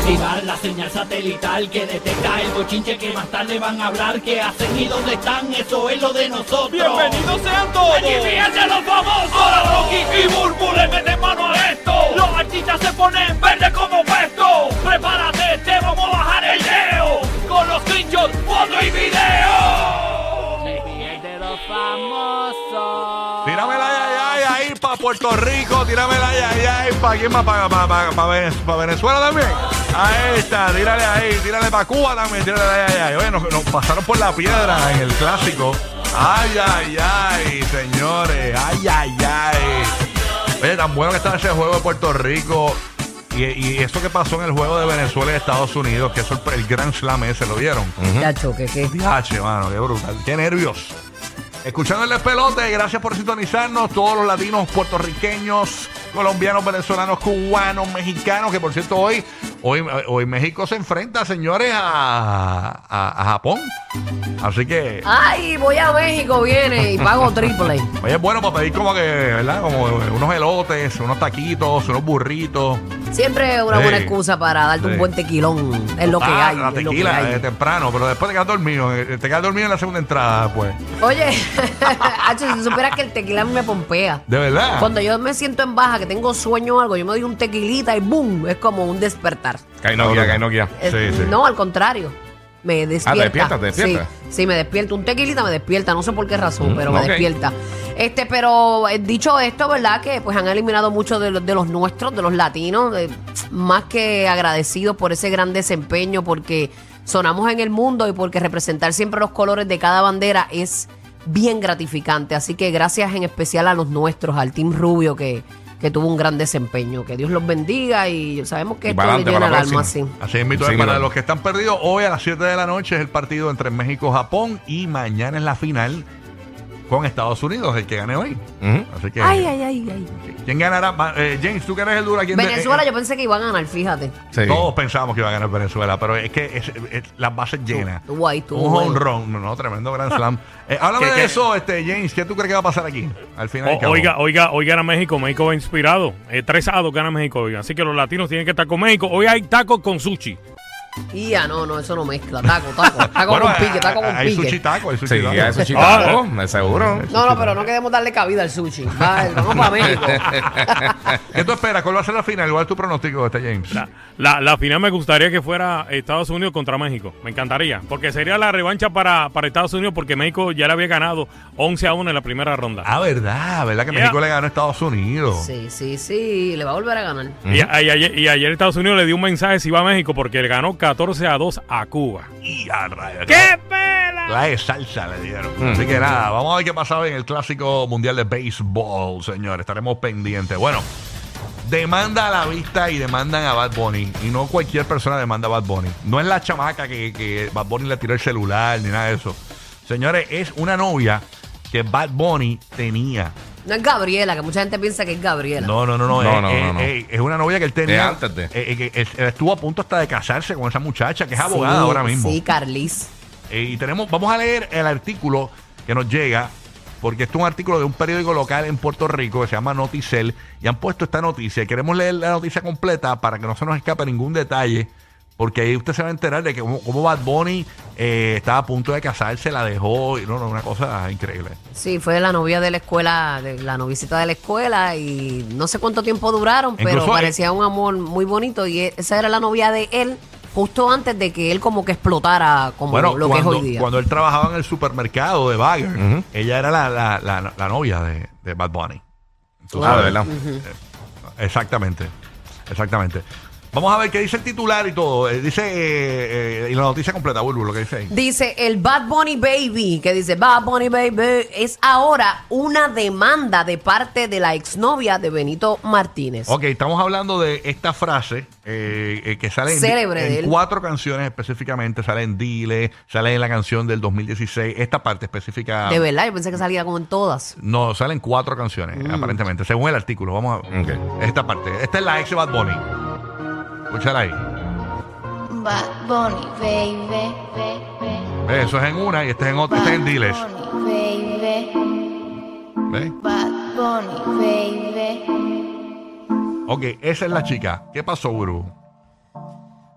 Activar la señal satelital que detecta el bochinche que más tarde van a hablar. ¿Qué hacen y dónde están? Eso es lo de nosotros. ¡Bienvenidos sean todos! ¡Aquí fíjense los famosos! Ahora Rocky y Burbu le meten mano a esto. Los artistas se ponen verde como puesto. Prepárate, te vamos a bajar el leo. Con los screenshots, foto y video. De los famosos. Tírame la yayay ahí para Puerto Rico. Tírame la yayay para quién más, para Venezuela también. Ahí está, tírale ahí, tírale para Cuba también, tírale la yayay. Oye, nos pasaron por la piedra en el clásico. Ay, ay, ay, señores. Ay, ay, ay. Oye, tan bueno que está ese juego de Puerto Rico. Y eso que pasó en el juego de Venezuela y Estados Unidos, que eso el Grand Slam ese, ¿lo vieron? Chacho, qué. Viaje, mano, qué brutal. Qué nervios. Escuchando el despelote, gracias por sintonizarnos. Todos los latinos, puertorriqueños, colombianos, venezolanos, cubanos, mexicanos, que por cierto hoy México se enfrenta, señores, a Japón. Así que... Ay, voy a México, viene y pago triple. Oye, es bueno para pedir como que, ¿verdad? Como unos elotes, unos taquitos, unos burritos. Siempre una buena excusa para darte un buen tequilón. Es lo que hay. La tequila de temprano, pero después te quedas dormido. Te quedas dormido en la segunda entrada, pues. Oye, Hacho, si supieras que el tequila a mí me pompea. ¿De verdad? Cuando yo me siento en baja, que tengo sueño o algo, yo me doy un tequilita y ¡boom! Es como un despertar. Cae no guía. Sí. No, al contrario. Me despierta. ¿te despierta? Sí, me despierta. Un tequilita me despierta. No sé por qué razón, pero me ok. despierta. Pero dicho esto, ¿verdad? Que pues han eliminado muchos de los nuestros, de los latinos. Más que agradecidos por ese gran desempeño, porque sonamos en el mundo y porque representar siempre los colores de cada bandera es bien gratificante. Así que gracias en especial a los nuestros, al Team Rubio que tuvo un gran desempeño. Que Dios los bendiga y sabemos que Y esto para le adelante, llena el para la alma próxima. así. Así es, mito, Sí, para mira. los que están perdidos, hoy a las 7 de la noche es el partido entre México y Japón y mañana es la final con Estados Unidos, el que gane hoy. Así que, Ay. ¿quién ganará? James, tú que eres el duro aquí en Venezuela, yo pensé que iban a ganar, fíjate. Sí. Todos pensábamos que iba a ganar Venezuela, pero es que las bases llenas. Estuvo ahí, estuvo Un bueno. home run, no, tremendo Grand Slam. Háblame de eso, James, ¿qué tú crees que va a pasar aquí? Al final. Hoy gana México. México va inspirado. 3-2 gana México hoy. Así que los latinos tienen que estar con México. Hoy hay tacos con sushi. Y ya, no, eso no mezcla. Taco con pique, taco con hay sushi pique. taco, hay sushi Sí, taco. eso chico, seguro. No, pero no queremos darle cabida al sushi. Vamos para México. ¿Qué tú esperas? ¿Cuál va a ser la final? ¿Cuál es tu pronóstico, James? La final me gustaría que fuera Estados Unidos contra México. Me encantaría. Porque sería la revancha para Estados Unidos, porque México ya le había ganado 11-1 en la primera ronda. ¿Verdad que México le ganó a Estados Unidos? Sí, le va a volver a ganar. Y ayer Estados Unidos le dio un mensaje si va a México porque le ganó 14-2 a Cuba. Y a rayos, ¡Qué pela! la de salsa le dieron. Así que nada, vamos a ver qué pasa hoy en el Clásico Mundial de Béisbol, señores. Estaremos pendientes. Bueno, demanda a la vista y demandan a Bad Bunny. Y no cualquier persona demanda a Bad Bunny. No es la chamaca que Bad Bunny le tiró el celular ni nada de eso. Señores, es una novia que Bad Bunny tenía. No es Gabriela, que mucha gente piensa que es Gabriela. No. No. Es una novia que él tenía. Antes de. Que él estuvo a punto hasta de casarse con esa muchacha, que es abogada ahora mismo. Sí, Carlis. Y vamos a leer el artículo que nos llega, porque esto es un artículo de un periódico local en Puerto Rico que se llama Noticel, y han puesto esta noticia. Y queremos leer la noticia completa para que no se nos escape ningún detalle, porque ahí usted se va a enterar de que cómo Bad Bunny estaba a punto de casarse, la dejó, y una cosa increíble. Sí, fue la novia de la escuela, la noviecita de la escuela, y no sé cuánto tiempo duraron, Incluso pero parecía un amor muy bonito, y esa era la novia de él, justo antes de que él como que explotara como lo que es hoy día. Cuando él trabajaba en el supermercado de Bagger, ella era la novia de Bad Bunny. Tú de sabes. verdad. Exactamente. Vamos a ver qué dice el titular y todo. Dice, y la noticia completa, Bulbu, lo que dice ahí. Dice, el Bad Bunny Baby, que dice Bad Bunny Baby, es ahora una demanda de parte de la exnovia de Benito Martínez. Ok, estamos hablando de esta frase que sale Célebre de en él. 4 canciones específicamente. Sale en Dile, sale en la canción del 2016. Esta parte específica. De verdad, yo pensé que salía como en todas. No, salen 4 canciones, aparentemente, según el artículo. Vamos a ver. Ok. Esta parte. Esta es la ex de Bad Bunny. Escúchala ahí. Bad Bunny, baby, ¿Ves? Eso es en una y este es en otra. Este es en Diles. baby, ¿Ves? Bad Bunny, baby. Ok, esa es la chica. ¿Qué pasó, Guru?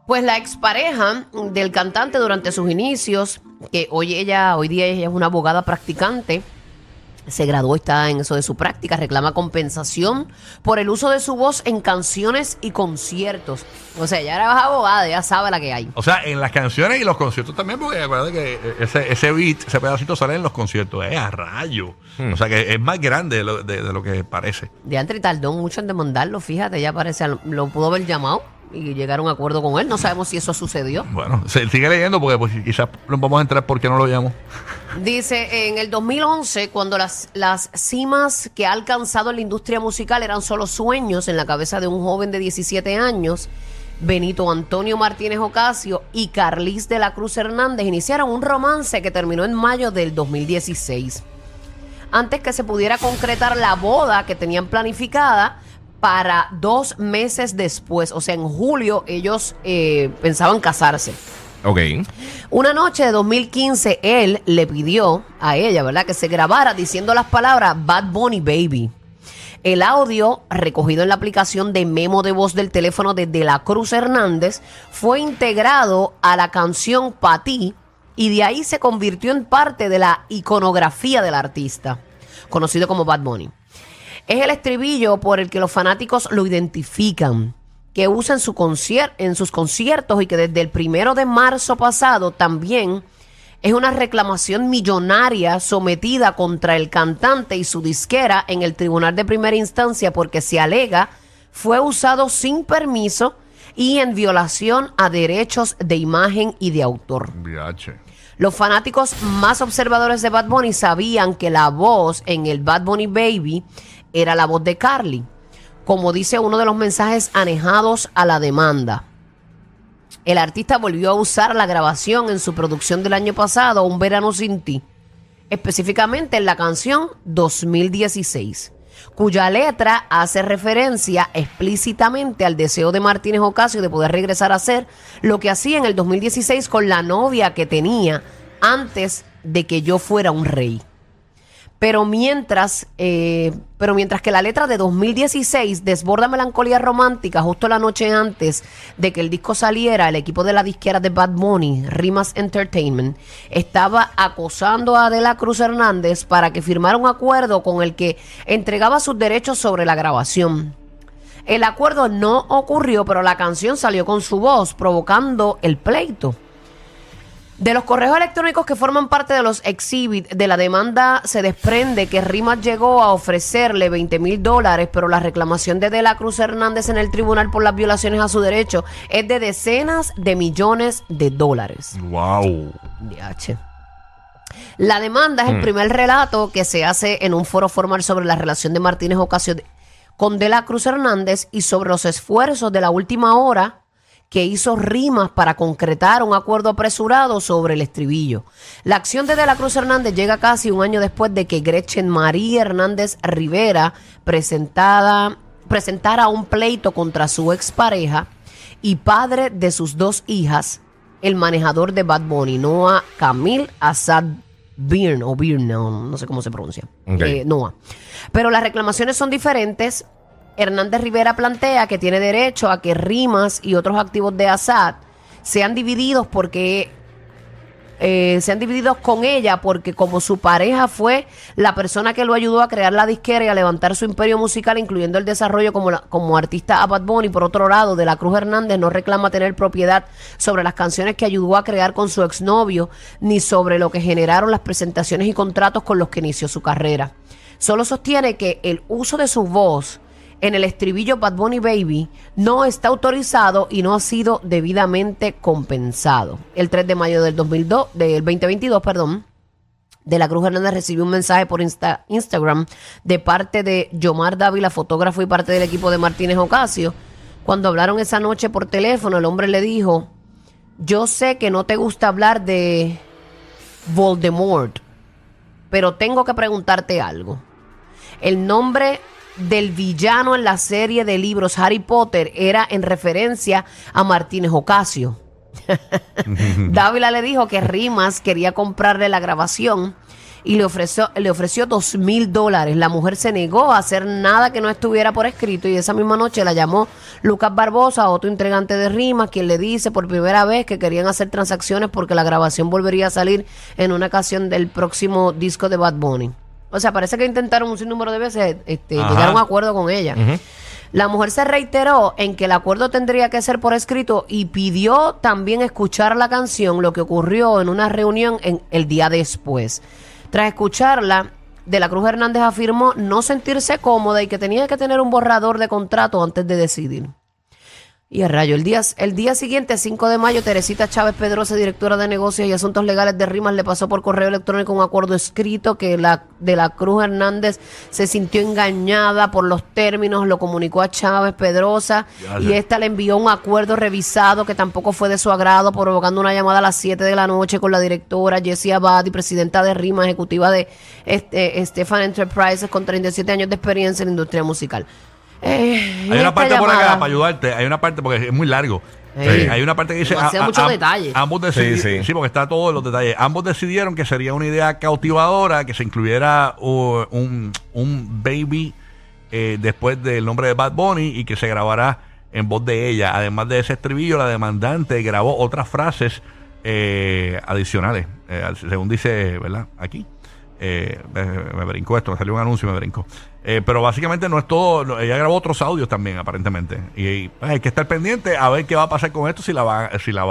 Pues la expareja del cantante durante sus inicios, que hoy día ella es una abogada practicante, se graduó, está en eso de su práctica, reclama compensación por el uso de su voz en canciones y conciertos. O sea, ella era abogada, ya sabe la que hay. O sea, en las canciones y los conciertos también, porque acuérdate que ese beat, ese pedacito sale en los conciertos. A rayo. O sea, que es más grande de lo que parece. De antes tardó mucho en demandarlo, fíjate, ya parece, lo pudo haber llamado y llegar a un acuerdo con él. No sabemos si eso sucedió. Bueno, sigue leyendo porque pues, quizás nos vamos a entrar por qué no lo llamó. Dice, en el 2011, cuando las cimas que ha alcanzado en la industria musical eran solo sueños en la cabeza de un joven de 17 años, Benito Antonio Martínez Ocasio y Carlis de la Cruz Hernández iniciaron un romance que terminó en mayo del 2016. Antes que se pudiera concretar la boda que tenían planificada para 2 meses después, o sea, en julio ellos pensaban casarse. Ok. Una noche de 2015, él le pidió a ella, ¿verdad?, que se grabara diciendo las palabras Bad Bunny Baby. El audio, recogido en la aplicación de memo de voz del teléfono de la Cruz Hernández, fue integrado a la canción Pa' Ti y de ahí se convirtió en parte de la iconografía del artista, conocido como Bad Bunny. Es el estribillo por el que los fanáticos lo identifican, que usa en sus conciertos y que desde el 1 de marzo pasado también es una reclamación millonaria sometida contra el cantante y su disquera en el tribunal de primera instancia porque se alega fue usado sin permiso y en violación a derechos de imagen y de autor. Viache. Los fanáticos más observadores de Bad Bunny sabían que la voz en el Bad Bunny Baby era la voz de Carly, como dice uno de los mensajes anejados a la demanda. El artista volvió a usar la grabación en su producción del año pasado, Un Verano Sin Ti, específicamente en la canción 2016, cuya letra hace referencia explícitamente al deseo de Martínez Ocasio de poder regresar a hacer lo que hacía en el 2016 con la novia que tenía antes de que yo fuera un rey. Pero mientras que la letra de 2016 desborda melancolía romántica justo la noche antes de que el disco saliera, el equipo de la disquera de Bad Bunny, Rimas Entertainment, estaba acosando a De la Cruz Hernández para que firmara un acuerdo con el que entregaba sus derechos sobre la grabación. El acuerdo no ocurrió, pero la canción salió con su voz, provocando el pleito. De los correos electrónicos que forman parte de los exhibits de la demanda se desprende que Rimas llegó a ofrecerle $20,000, pero la reclamación de la Cruz Hernández en el tribunal por las violaciones a su derecho es de decenas de millones de dólares. Wow. DH. La demanda es el primer relato que se hace en un foro formal sobre la relación de Martínez Ocasio con De la Cruz Hernández y sobre los esfuerzos de la última hora que hizo Rimas para concretar un acuerdo apresurado sobre el estribillo. La acción de la Cruz Hernández llega casi un año después de que Gretchen María Hernández Rivera presentara un pleito contra su expareja y padre de sus 2 hijas, el manejador de Bad Bunny, Noah Camille Assad Byrne, o Byrne, no sé cómo se pronuncia, Okay. Noah. Pero las reclamaciones son diferentes. Hernández Rivera plantea que tiene derecho a que Rimas y otros activos de Assad sean divididos con ella porque como su pareja fue la persona que lo ayudó a crear la disquera y a levantar su imperio musical, incluyendo el desarrollo como artista a Bad Bunny. Por otro lado, De la Cruz Hernández no reclama tener propiedad sobre las canciones que ayudó a crear con su exnovio, ni sobre lo que generaron las presentaciones y contratos con los que inició su carrera. Solo sostiene que el uso de su voz en el estribillo Bad Bunny Baby no está autorizado y no ha sido debidamente compensado. El 3 de mayo del 2022, De la Cruz Hernández recibió un mensaje por Instagram de parte de Yomar Dávila, fotógrafo y parte del equipo de Martínez Ocasio. Cuando hablaron esa noche por teléfono, el hombre le dijo: yo sé que no te gusta hablar de Voldemort, pero tengo que preguntarte algo. El nombre del villano en la serie de libros Harry Potter era en referencia a Martínez Ocasio. Dávila le dijo que Rimas quería comprarle la grabación y le ofreció $2,000. La mujer se negó a hacer nada que no estuviera por escrito y esa misma noche la llamó Lucas Barbosa, otro entregante de rimas, quien le dice por primera vez que querían hacer transacciones porque la grabación volvería a salir en una ocasión del próximo disco de Bad Bunny. O sea, parece que intentaron un sinnúmero de veces llegar a un acuerdo con ella. La mujer se reiteró en que el acuerdo tendría que ser por escrito y pidió también escuchar la canción, lo que ocurrió en una reunión el día después. Tras escucharla, De la Cruz Hernández afirmó no sentirse cómoda y que tenía que tener un borrador de contrato antes de decidir. Y a rayo, el día siguiente, 5 de mayo, Teresita Chávez Pedrosa, directora de negocios y asuntos legales de Rimas, le pasó por correo electrónico un acuerdo escrito que De la Cruz Hernández se sintió engañada por los términos, lo comunicó a Chávez Pedrosa y esta le envió un acuerdo revisado que tampoco fue de su agrado, provocando una llamada a las 7 de la noche con la directora Jessie Abadi, presidenta de Rimas, ejecutiva de Stefan Enterprises, con 37 años de experiencia en la industria musical. Hay una parte por acá para ayudarte. Hay una parte porque es muy largo. Hay una parte que dice muchos detalles. Ambos decidieron, sí, porque está todos los detalles. Ambos decidieron que sería una idea cautivadora que se incluyera un baby después del nombre de Bad Bunny y que se grabará en voz de ella. Además de ese estribillo, la demandante grabó otras frases adicionales, según dice, ¿verdad? Aquí. Me brincó esto, me salió un anuncio y me brincó. Pero básicamente no es todo. Ella grabó otros audios también, aparentemente. Y hay que estar pendiente a ver qué va a pasar con esto, si se va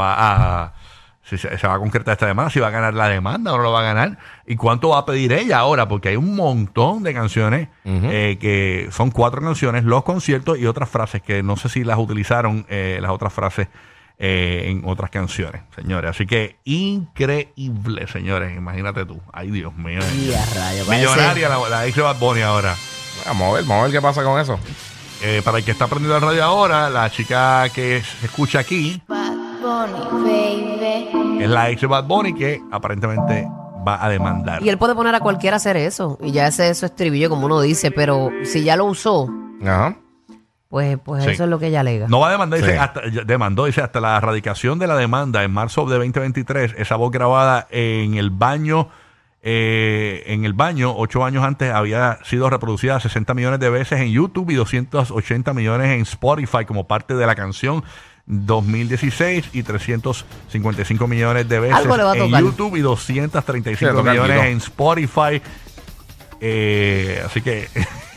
a concretar esta demanda, si va a ganar la demanda o no lo va a ganar, y cuánto va a pedir ella ahora, porque hay un montón de canciones que son 4 canciones, los conciertos y otras frases que no sé si las utilizaron, las otras frases en otras canciones, señores. Así que increíble, señores. Imagínate tú. Ay, Dios mío. Millonaria la ex de Bad Bunny ahora. Vamos a ver qué pasa con eso. Para el que está aprendiendo la radio ahora, la chica que se escucha aquí Bad Bunny, baby. es la ex de Bad Bunny que aparentemente va a demandar. Y él puede poner a cualquiera a hacer eso. Y ya ese es su estribillo, como uno dice. Pero si ya lo usó, pues Sí. eso es lo que ella alega. No va a demandar, Sí. dice, hasta la erradicación de la demanda en marzo de 2023. Esa voz grabada en el baño, 8 años antes, había sido reproducida 60 millones de veces en YouTube y 280 millones en Spotify como parte de la canción 2016 y 355 millones de veces Algo le va a en tocar. YouTube y 235 Sí, le toca millones algo. en Spotify. Así que...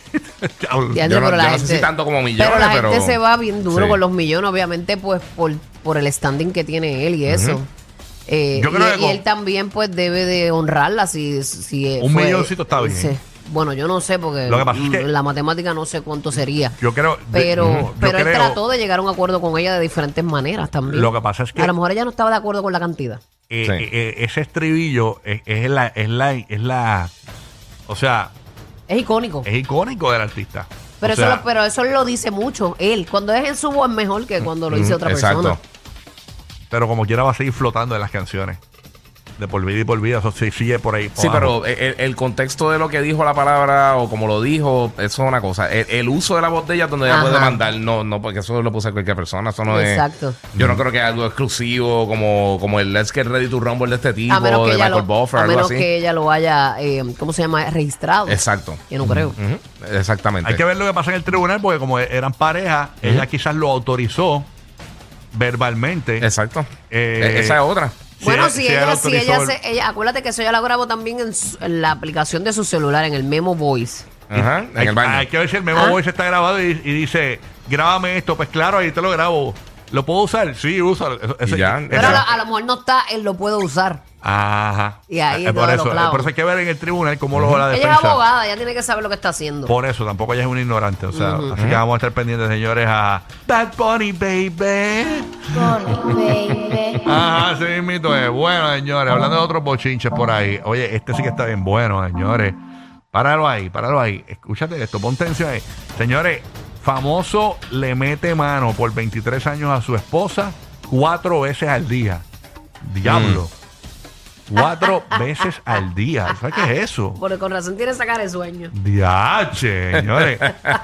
Ya Yo pero no sé si tanto como millones, pero la pero gente se va bien duro sí. con los millones, obviamente, pues por el standing que tiene él y eso. Yo creo que y él también pues debe de honrarla si Un milloncito está bien. sí. Bueno, yo no sé porque Lo que pasa es que- la matemática no sé cuánto sería. Yo creo... Pero yo él creo- trató de llegar a un acuerdo con ella de diferentes maneras también. Lo que pasa es que... A lo mejor ella no estaba de acuerdo con la cantidad. Ese estribillo es la... O sea, Es icónico. es icónico del artista. Pero, O sea, pero eso lo dice mucho él. Cuando es en su voz es mejor que cuando lo dice otra persona. pero como quiera va a seguir flotando en las canciones. De por vida y por vida. Eso sí, sigue por ahí. Sí, por abajo. pero el contexto de lo que dijo la palabra o como lo dijo, eso es una cosa. El uso de la botella donde ella Ajá. puede mandar, no, porque eso lo puede hacer cualquier persona. Eso no Exacto. Yo no creo que es algo exclusivo como el Let's Get Ready to Rumble de este tipo, A menos que de ella Michael Buffer, a algo menos así. que ella lo haya, ¿cómo se llama? Registrado. Exacto. Que no creo. Ujú. Exactamente. Hay que ver lo que pasa en el tribunal porque como eran pareja, ella quizás lo autorizó verbalmente. Exacto. Eh, Esa es otra. Bueno, si si ella ella, autorizó acuérdate que eso ella lo grabó también en la aplicación de su celular, en el Memo Voice. Ajá. En el baño. Hay que ver si el Memo Voice está grabado y dice, grábame esto. Pues claro, ahí te lo grabo. ¿Lo puedo usar? Sí, úsalo. Y ya. Pero a lo mejor no está, él lo puede usar. Ajá. Y ahí es por donde eso, lo clavo. por eso hay que ver en el tribunal cómo lo la Ella defensa. es abogada, ella tiene que saber lo que está haciendo. Por eso, tampoco ella es una ignorante. O sea, así que vamos a estar pendientes, señores, a Bad Bunny, baby. Bunny, baby. Ajá, sí mismito es. Bueno, señores, hablando de otros bochinches por ahí. Oye, este sí que está bien bueno, señores. Páralo ahí. Escúchate esto, pon tensión ahí. Señores, famoso le mete mano por 23 años a su esposa 4 veces al día. Diablo. 4 veces al día. ¿Sabes qué es eso? Porque con razón tiene esa cara de sueño. Diache, señores.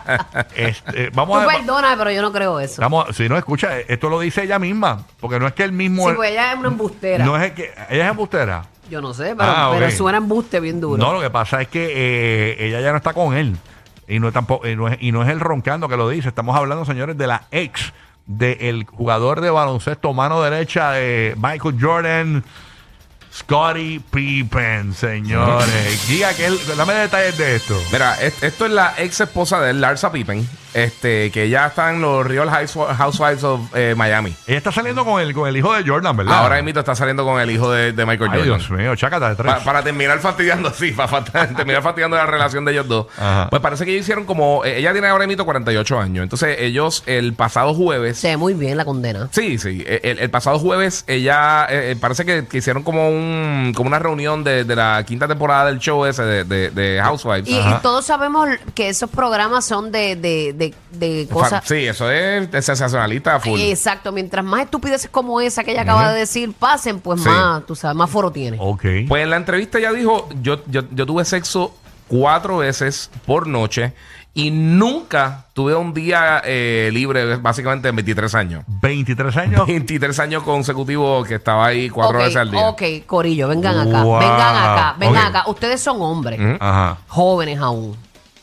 Vamos Tú a... perdona, pero yo no creo eso. Si no, escucha, esto lo dice ella misma. Porque no es que él mismo... Sí, pues ella es una embustera. No es que ella es embustera. Yo no sé, pero ok. suena embuste bien duro. No, lo que pasa es que ella ya no está con él. Y no, tampoco, y no es él roncando que lo dice. Estamos hablando, señores, de la ex del jugador de baloncesto mano derecha de Michael Jordan, Scottie Pippen, señores. Giga, dame detalles de esto. Mira, esto es la ex esposa de él, Larsa Pippen, que ya está en los Real Housewives of Miami. Ella está saliendo con el hijo de Jordan, ¿verdad? Ahora mismo está saliendo con el hijo de Michael Ay, Jordan. Dios mío, chácata de tres. Para terminar fastidiando, terminar fastidiando la relación de ellos dos. Ajá. Pues parece que ellos hicieron como. Ella tiene ahora mismo 48 años. Entonces, ellos el pasado jueves. Se ve muy bien la condena. Sí. El pasado jueves, ella. Parece que hicieron como una reunión de la quinta temporada del show ese de Housewives. Y todos sabemos que esos programas son de cosas. Sí, eso es sensacionalista full. Exacto. Mientras más estupideces como esa que ella acaba de decir pasen, pues Sí. más, tú sabes, más foro tiene. Ok. Pues en la entrevista ella dijo, yo tuve sexo 4 veces por noche y nunca tuve un día libre, básicamente en 23 años. 23 años. 23 años consecutivos que estaba ahí 4 veces al día. Ok, Corillo, vengan acá, Wow. vengan Ok. acá. Ustedes son hombres, Ajá. jóvenes aún.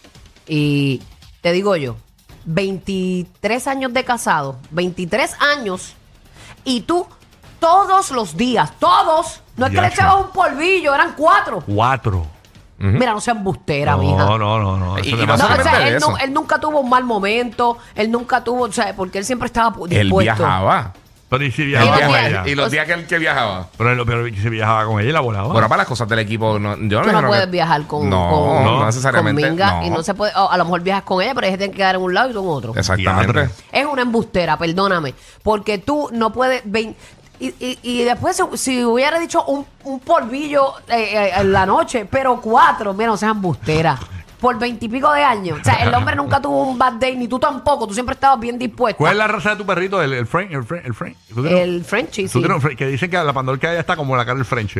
Y te digo yo, 23 años de casado, 23 años, y tú todos los días, todos, no es que le Yache. echabas un polvillo, eran 4. 4. Mira, no sean bustera, mija. No. Eso Y es no No, demasiado. o sea, solamente él, eso. él nunca tuvo un mal momento, él nunca tuvo, o sea, porque él siempre estaba dispuesto. Él viajaba. Pero ¿y si Él viajaba con viaja- ella? Y los días que viajaba. Pero ¿y si viajaba con ella y la volaba? Bueno, para las cosas del equipo, yo Tú no creo puedes que- viajar con, No necesariamente. con Minga, no. y no se puede, a lo mejor viajas con ella, pero ella tiene que quedar en un lado y tú en otro. Exactamente. Diantre. Es una embustera, perdóname, porque tú no puedes... Y después, si hubiera dicho un polvillo en la noche, pero 4, mira, no seas embustera. Por 20 y pico de años. O sea, el hombre nunca tuvo un bad day, ni tú tampoco. Tú siempre estabas bien dispuesta. ¿Cuál es la raza de tu perrito? El Frank. ¿Tú tienes- El Frenchie, tú sí. tienes un French? Que dicen que la pandorca de ella está como la cara del French.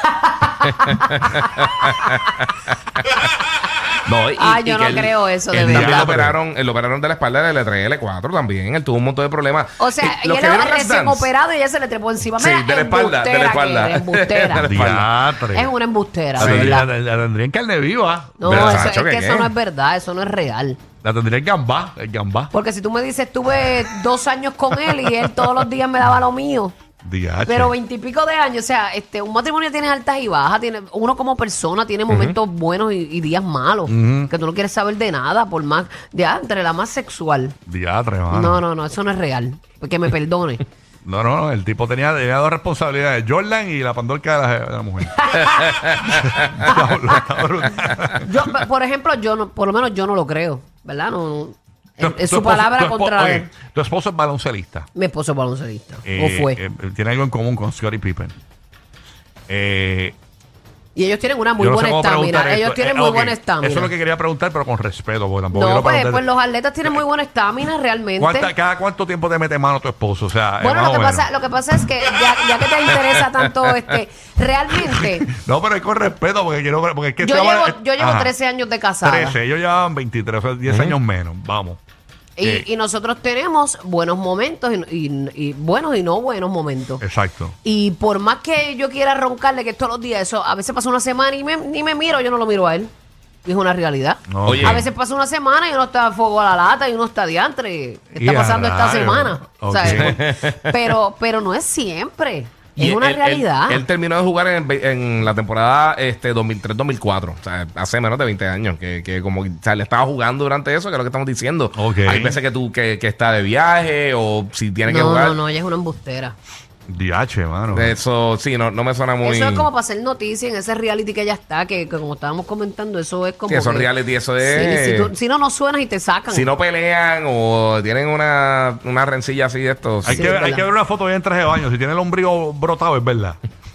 No, Yo no que creo eso, de él también verdad. lo operaron de la espalda del L3, L4 también. Él tuvo un montón de problemas. O sea, y Los él que era vieron Let's recién Dance. operado y ella se le trepó encima. Sí, Mira, de la espalda, de la espalda. que eres, embustera. De la Diatre. Es una embustera, La de tendría, verdad. la tendría en carne viva. No, ¿Verdad, eso, Sacho, es que que eso qué? no es verdad, eso no es real. La tendría en gambá. El gambá. Porque si tú me dices, tuve 2 años con él y él todos los días me daba lo mío. Diache. Pero 20 y pico de años, o sea, un matrimonio tiene altas y bajas, uno como persona tiene momentos buenos y días malos, que tú no quieres saber de nada, por más, ya, entre la más sexual. Diatre, mano. No, eso no es real, porque me perdone. No, el tipo tenía 2 responsabilidades, Jordan y la pandorca de la mujer. Está brutal. Yo, por ejemplo, por lo menos yo no lo creo, ¿verdad? No, es Tu su esposo- palabra tu espo- contra la oye, de tu esposo es baloncelista. mi esposo es baloncelista, o fue. Tiene algo en común con Scottie Pippen. Y ellos tienen una muy Yo no sé buena cómo preguntar estamina. Ellos esto. tienen muy Ok, buena estamina. Eso es lo que quería preguntar, pero con respeto, porque tampoco No, quiero pues, preguntar- los atletas tienen muy buena estamina realmente. ¿Cada cuánto tiempo te mete mano tu esposo? O sea, Bueno, más lo o menos. lo que pasa es que ya que te interesa tanto realmente, No, pero es con respeto, porque quiero porque es que yo estaba- llevo Ajá. 13 años de casada. 13, ellos llevaban 23, o sea, 10 años menos. Vamos. Y nosotros tenemos buenos momentos y buenos y no buenos momentos. Exacto. Y por más que yo quiera roncarle que todos los días, eso a veces pasa una semana y ni me miro, yo no lo miro a él. Y es una realidad. No, Oye. A veces pasa una semana y uno está a fuego a la lata y uno está diantre. ¿Qué Y está a pasando esta rayos. semana? Ok. ¿Sabes? Pero no es siempre. Y Es una él- realidad. Él terminó de jugar en la temporada 2003-2004. O sea, hace menos de 20 años. Que como o sea, le estaba jugando durante eso, que es lo que estamos diciendo. Ok. Hay veces que está de viaje o si tiene que No, jugar. no, ella es una embustera. DH, mano. Eso sí, no me suena muy. Eso es como para hacer noticia en ese reality que ella está, que como estábamos comentando, eso es como. Sí, eso es que- reality, eso Sí, es. si no suenas y te sacan. Si no pelean o tienen una rencilla así de estos. Hay, Sí, que, es hay verdad. que ver una foto bien en traje de baño. Si tiene el ombligo brotado, es verdad.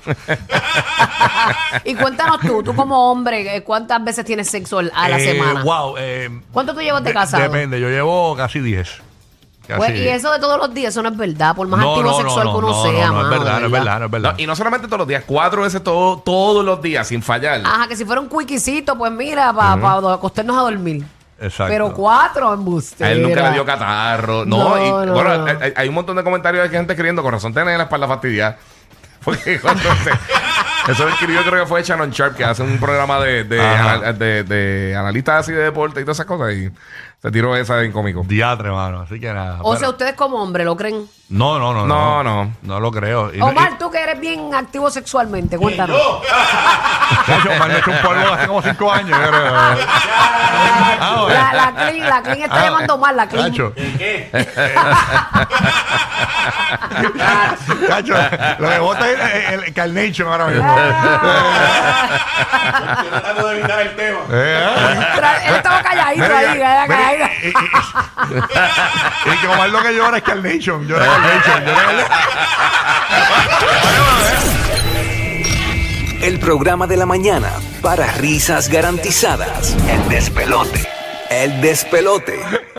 Y cuéntanos tú como hombre, ¿cuántas veces tienes sexo a la semana? Wow. ¿Cuánto tú llevas de casado? Depende, yo llevo casi 10. Casi Pues, y 10. eso de todos los días, eso no es verdad, por más activo sexual que uno sea, no, mano, es verdad, de no es verdad, no es verdad. No, y no solamente todos los días, 4 veces todos los días, sin fallar. Ajá, que si fuera un quickiecito, pues mira, para acostarnos a dormir. Exacto. Pero 4 embustera. A él nunca le dio catarro. No, No, y no, bueno, no. hay un montón de comentarios de gente escribiendo con razón tener la espalda fastidiada. Porque cuando Eso lo escribió, creo que fue Shannon Sharp, que hace un programa de analistas así de deporte y todas esas cosas. Y se tiró esa en cómico. Diatre, mano. Así que nada. O sea, ustedes como hombre, ¿lo creen? No. No. No lo creo. Omar, tú que eres bien activo sexualmente, cuéntanos. Omar me echó un polvo hace como 5 años, yo creo. La Clean está llamando mal, la Clean. Cacho. Cacho, lo que bota es el Carnation ahora mismo. Tratando de evitar el tema. Él estaba calladito ahí, calladito. Y que Omar lo que llora es Carnation. Llora Carnation. El programa de la mañana para risas garantizadas. El despelote. El despelote.